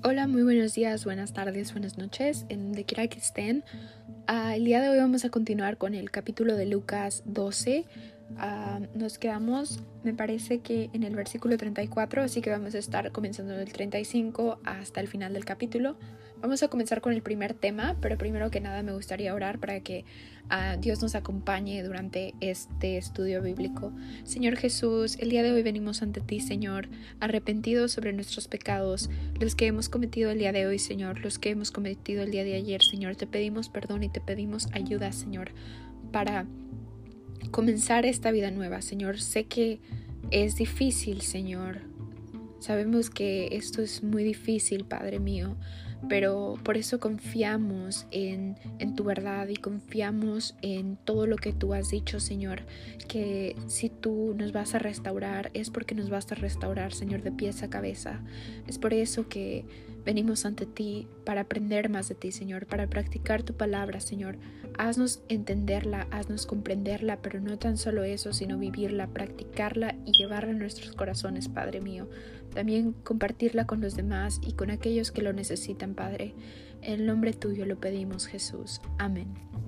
Hola, muy buenos días, buenas tardes, buenas noches, en donde quiera que estén. El día de hoy vamos a continuar con el capítulo de Lucas 12. Nos quedamos, me parece que en el versículo 34, así que vamos a estar comenzando del 35 hasta el final del capítulo. Vamos a comenzar con el primer tema, pero primero que nada me gustaría orar para que Dios nos acompañe durante este estudio bíblico. Señor Jesús, el día de hoy venimos ante ti, Señor, arrepentidos sobre nuestros pecados, los que hemos cometido el día de hoy, Señor, los que hemos cometido el día de ayer, Señor. Te pedimos perdón y te pedimos ayuda, Señor, para comenzar esta vida nueva, Señor. Sé que es difícil, Señor. Sabemos que esto es muy difícil, Padre mío, pero por eso confiamos en tu verdad y confiamos en todo lo que tú has dicho, Señor, que si tú nos vas a restaurar es porque nos vas a restaurar, Señor, de pies a cabeza. Es por eso que venimos ante ti para aprender más de ti, Señor, para practicar tu palabra, Señor. Haznos entenderla, haznos comprenderla, pero no tan solo eso, sino vivirla, practicarla y llevarla a nuestros corazones, Padre mío. También compartirla con los demás y con aquellos que lo necesitan, Padre. En el nombre tuyo lo pedimos, Jesús. Amén.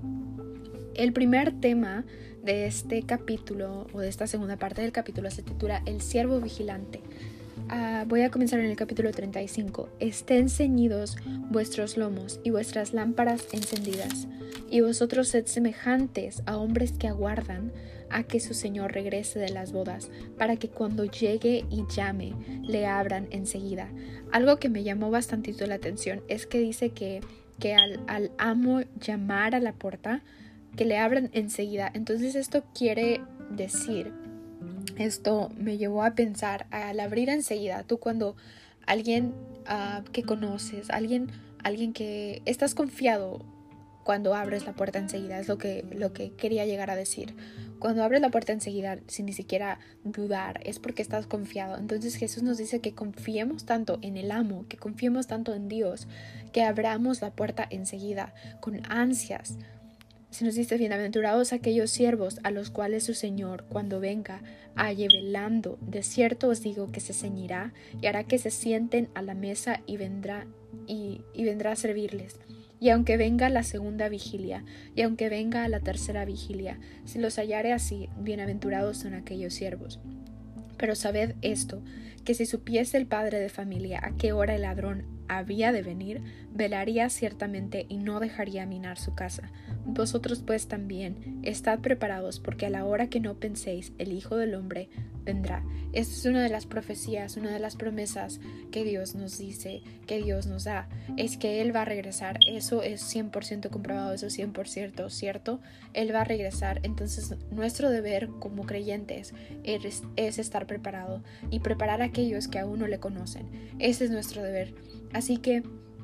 El primer tema de este capítulo, o de esta segunda parte del capítulo, se titula El siervo vigilante. Voy a comenzar en el capítulo 35. Estén ceñidos vuestros lomos y vuestras lámparas encendidas, y vosotros sed semejantes a hombres que aguardan a que su señor regrese de las bodas, para que cuando llegue y llame, le abran enseguida. Algo que me llamó bastantito la atención es que dice que al amo llamar a la puerta, que le abran enseguida. Entonces esto quiere decir, esto me llevó a pensar, al abrir enseguida, tú cuando alguien que conoces, alguien que estás confiado, cuando abres la puerta enseguida, es lo que quería llegar a decir. Cuando abres la puerta enseguida sin ni siquiera dudar, es porque estás confiado. Entonces Jesús nos dice que confiemos tanto en el amo, que confiemos tanto en Dios, que abramos la puerta enseguida, con ansias. Se nos dice: bienaventurados aquellos siervos a los cuales su Señor, cuando venga, halle velando. De cierto os digo que se ceñirá y hará que se sienten a la mesa y vendrá a servirles. Y aunque venga la segunda vigilia, y aunque venga la tercera vigilia, si los hallare así, bienaventurados son aquellos siervos. Pero sabed esto, que si supiese el padre de familia a qué hora el ladrón había de venir, velaría ciertamente y no dejaría minar su casa. Vosotros pues también estad preparados, porque a la hora que no penséis, el Hijo del Hombre vendrá. Esta es una de las profecías, una de las promesas que Dios nos dice, que Dios nos da, es que Él va a regresar. Eso es 100% comprobado, eso es 100% cierto. Él va a regresar. Entonces nuestro deber como creyentes es estar preparado y preparar a aquellos que aún no le conocen. Ese es nuestro deber. Así que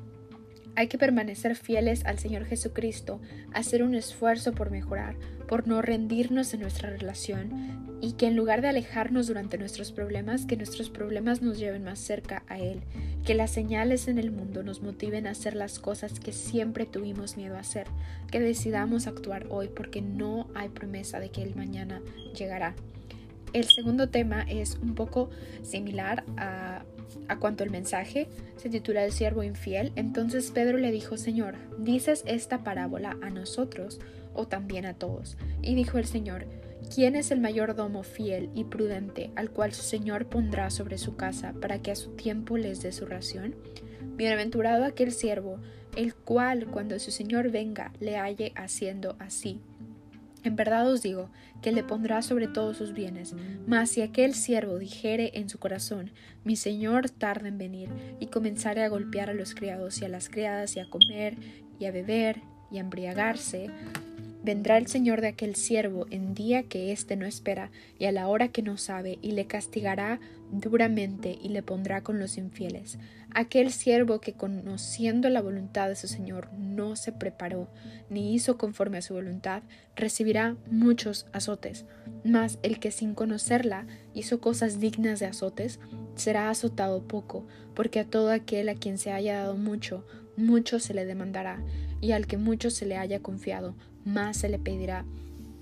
hay que permanecer fieles al Señor Jesucristo, hacer un esfuerzo por mejorar, por no rendirnos en nuestra relación, y que en lugar de alejarnos durante nuestros problemas, que nuestros problemas nos lleven más cerca a Él, que las señales en el mundo nos motiven a hacer las cosas que siempre tuvimos miedo a hacer, que decidamos actuar hoy porque no hay promesa de que el mañana llegará. El segundo tema es un poco similar a cuanto el mensaje, se titula El siervo infiel. Entonces Pedro le dijo: Señor, ¿dices esta parábola a nosotros o también a todos? Y dijo el Señor: ¿quién es el mayordomo fiel y prudente, al cual su Señor pondrá sobre su casa para que a su tiempo les dé su ración? Bienaventurado aquel siervo, el cual cuando su Señor venga le halle haciendo así. En verdad os digo que le pondrá sobre todos sus bienes. Mas si aquel siervo dijere en su corazón: mi señor tarda en venir, y comenzare a golpear a los criados y a las criadas, y a comer y a beber y a embriagarse, vendrá el señor de aquel siervo en día que éste no espera y a la hora que no sabe, y le castigará duramente y le pondrá con los infieles. Aquel siervo que, conociendo la voluntad de su señor, no se preparó ni hizo conforme a su voluntad, recibirá muchos azotes. Mas el que sin conocerla hizo cosas dignas de azotes, será azotado poco, porque a todo aquel a quien se haya dado mucho, mucho se le demandará, y al que mucho se le haya confiado, más se le pedirá.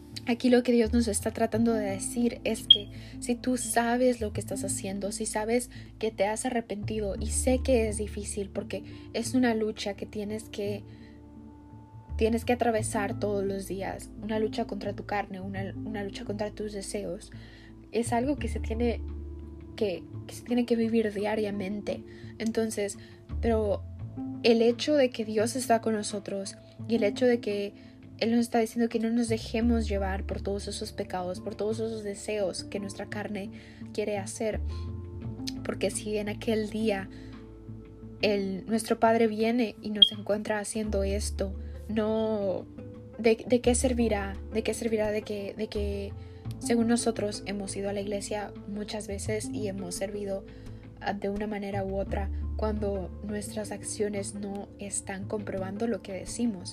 Aquí lo que Dios nos está tratando de decir es que si tú sabes lo que estás haciendo, si sabes que te has arrepentido, y sé que es difícil porque es una lucha que tienes que atravesar todos los días, una lucha contra tu carne, una lucha contra tus deseos, es algo que se tiene que vivir diariamente. Entonces, pero el hecho de que Dios está con nosotros y el hecho de que Él nos está diciendo que no nos dejemos llevar por todos esos pecados, por todos esos deseos que nuestra carne quiere hacer. Porque si en aquel día nuestro Padre viene y nos encuentra haciendo esto, no, ¿de qué servirá? ¿De qué servirá de que según nosotros hemos ido a la iglesia muchas veces y hemos servido de una manera u otra cuando nuestras acciones no están comprobando lo que decimos?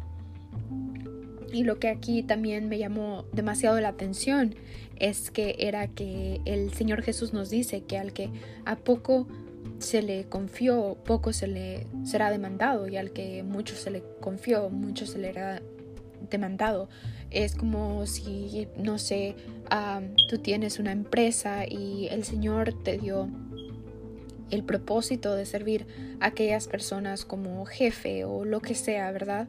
Y lo que aquí también me llamó demasiado la atención es que el Señor Jesús nos dice que al que a poco se le confió, poco se le será demandado, y al que mucho se le confió, mucho se le será demandado. Es como si, no sé, tú tienes una empresa y el Señor te dio el propósito de servir a aquellas personas como jefe o lo que sea, ¿verdad?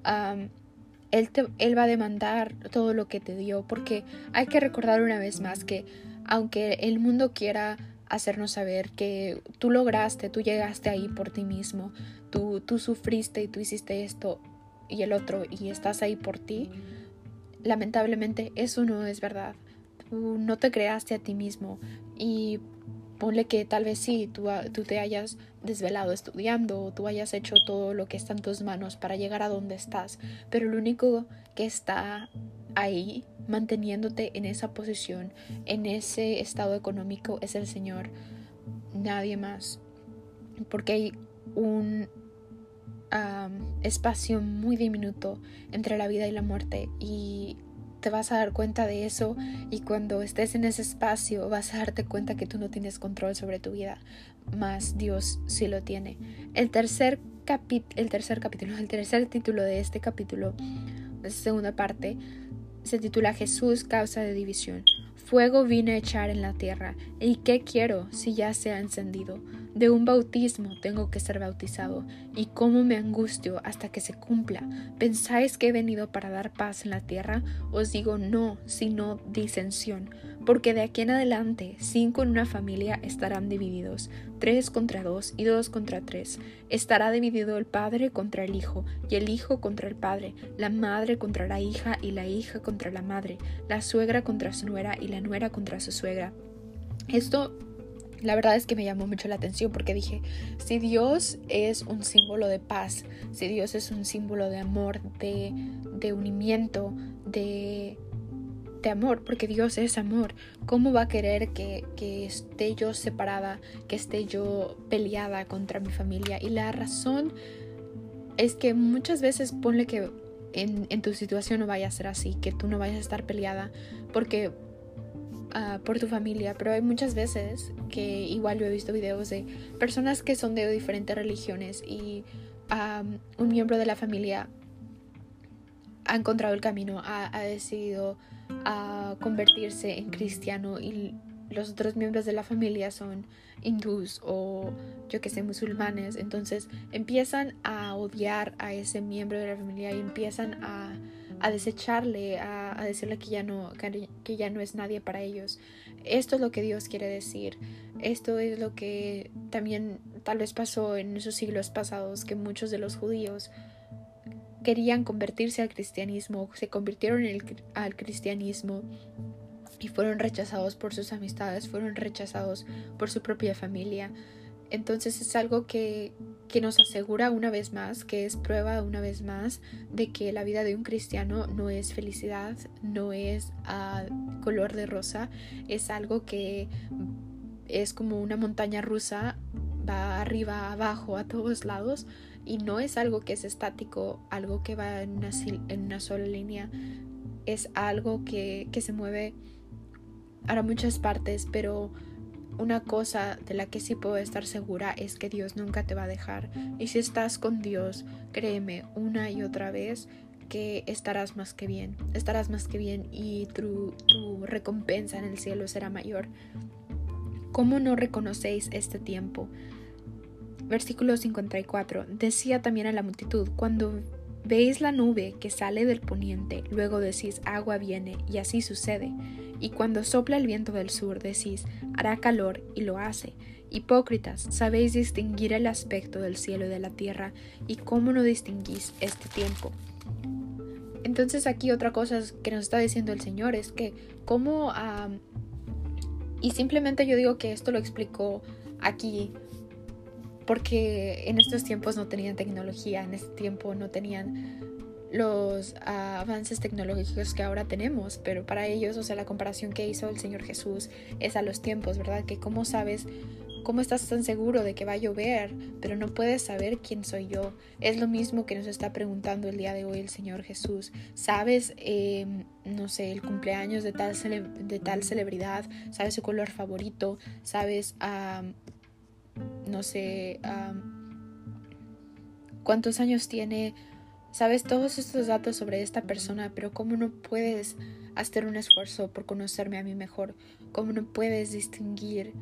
Él va a demandar todo lo que te dio, porque hay que recordar una vez más que aunque el mundo quiera hacernos saber que tú llegaste ahí por ti mismo, tú sufriste y tú hiciste esto y el otro y estás ahí por ti, lamentablemente eso no es verdad. Tú no te creaste a ti mismo, y ponle que tal vez sí, tú te hayas desvelado estudiando o tú hayas hecho todo lo que está en tus manos para llegar a donde estás, pero el único que está ahí manteniéndote en esa posición, en ese estado económico, es el Señor, nadie más, porque hay un espacio muy diminuto entre la vida y la muerte, y te vas a dar cuenta de eso, y cuando estés en ese espacio vas a darte cuenta que tú no tienes control sobre tu vida, mas Dios sí lo tiene. El tercer título de este capítulo, de esta segunda parte, se titula Jesús, causa de división. Fuego vine a echar en la tierra, ¿y qué quiero si ya se ha encendido? De un bautismo tengo que ser bautizado, y cómo me angustio hasta que se cumpla. ¿Pensáis que he venido para dar paz en la tierra? Os digo no, sino disensión, porque de aquí en adelante 5 en una familia estarán divididos, 3 contra 2 y 2 contra 3. Estará dividido el padre contra el hijo, y el hijo contra el padre, la madre contra la hija y la hija contra la madre, la suegra contra su nuera y la nuera contra su suegra. Esto, la verdad es que me llamó mucho la atención, porque dije, si Dios es un símbolo de paz, si Dios es un símbolo de amor, de unimiento, de amor, porque Dios es amor, ¿cómo va a querer que esté yo separada, que esté yo peleada contra mi familia? Y la razón es que muchas veces, ponle que en tu situación no vaya a ser así, que tú no vayas a estar peleada porque por tu familia, pero hay muchas veces que igual yo he visto videos de personas que son de diferentes religiones, y un miembro de la familia ha encontrado el camino, ha decidido convertirse en cristiano, y los otros miembros de la familia son hindús o yo que sé, musulmanes. Entonces empiezan a odiar a ese miembro de la familia y empiezan a desecharle, a decirle que ya no es nadie para ellos. Esto es lo que Dios quiere decir. Esto es lo que también tal vez pasó en esos siglos pasados, que muchos de los judíos querían convertirse al cristianismo, se convirtieron al cristianismo y fueron rechazados por sus amistades, fueron rechazados por su propia familia. Entonces es algo que nos asegura una vez más, que es prueba una vez más de que la vida de un cristiano no es felicidad, no es color de rosa, es algo que es como una montaña rusa, va arriba, abajo, a todos lados, y no es algo que es estático, algo que va en una sola línea, es algo que se mueve a muchas partes, pero una cosa de la que sí puedo estar segura es que Dios nunca te va a dejar, y si estás con Dios, créeme una y otra vez porque estarás más que bien y tu recompensa en el cielo será mayor. ¿Cómo no reconocéis este tiempo? Versículo 54. Decía también a la multitud: cuando veis la nube que sale del poniente, luego decís: agua viene, y así sucede. Y cuando sopla el viento del sur, decís: hará calor, y lo hace. Hipócritas, sabéis distinguir el aspecto del cielo y de la tierra, y cómo no distinguís este tiempo. Entonces aquí otra cosa que nos está diciendo el Señor es que cómo, y simplemente yo digo que esto lo explicó aquí porque en estos tiempos no tenían tecnología, en este tiempo no tenían los avances tecnológicos que ahora tenemos, pero para ellos, o sea, la comparación que hizo el Señor Jesús es a los tiempos, ¿verdad? Que cómo sabes, cómo estás tan seguro de que va a llover, pero no puedes saber quién soy yo. Es lo mismo que nos está preguntando el día de hoy el Señor Jesús. ¿Sabes, no sé, el cumpleaños de tal celebridad? ¿Sabes su color favorito? ¿Sabes, no sé, cuántos años tiene? Sabes todos estos datos sobre esta persona, pero cómo no puedes hacer un esfuerzo por conocerme a mí mejor? ¿Cómo no puedes distinguir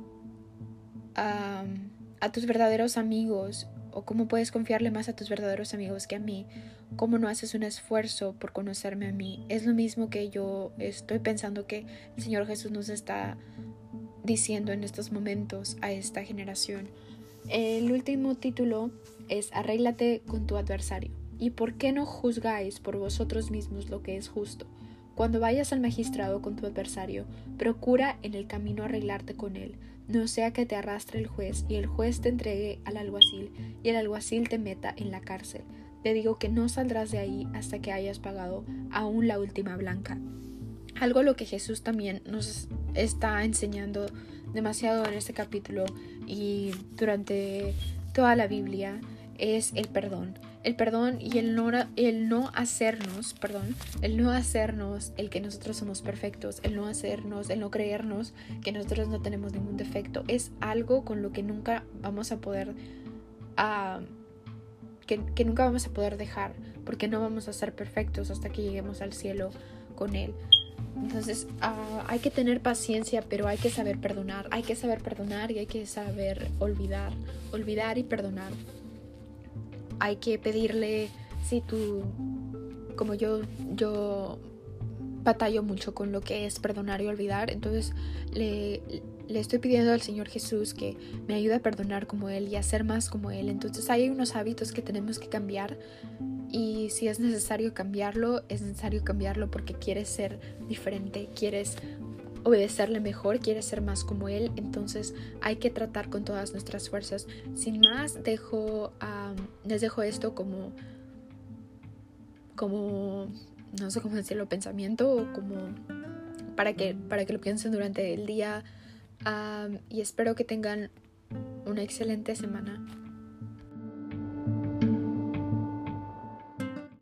a tus verdaderos amigos? ¿O cómo puedes confiarle más a tus verdaderos amigos que a mí? ¿Cómo no haces un esfuerzo por conocerme a mí? Es lo mismo que yo estoy pensando que el Señor Jesús nos está diciendo en estos momentos a esta generación. El último título es: arréglate con tu adversario. ¿Y por qué no juzgáis por vosotros mismos lo que es justo? Cuando vayas al magistrado con tu adversario, procura en el camino arreglarte con él, no sea que te arrastre el juez y el juez te entregue al alguacil y el alguacil te meta en la cárcel. Te digo que no saldrás de ahí hasta que hayas pagado aún la última blanca. Algo lo que Jesús también nos está enseñando demasiado en este capítulo y durante toda la Biblia es el perdón. El perdón y el no hacernos el que nosotros somos perfectos, el no creernos que nosotros no tenemos ningún defecto, es algo con lo que nunca vamos a poder que nunca vamos a poder dejar, porque no vamos a ser perfectos hasta que lleguemos al cielo con Él. Entonces hay que tener paciencia, pero hay que saber perdonar y hay que saber olvidar y perdonar. Hay que pedirle, como yo batallo mucho con lo que es perdonar y olvidar, entonces le estoy pidiendo al Señor Jesús que me ayude a perdonar como Él y a ser más como Él. Entonces hay unos hábitos que tenemos que cambiar y si es necesario cambiarlo porque quieres ser diferente, quieres obedecerle mejor, quieres ser más como Él. Entonces hay que tratar con todas nuestras fuerzas. Sin más, les dejo esto como no sé cómo decirlo, pensamiento, o como para que lo piensen durante el día, y espero que tengan una excelente semana.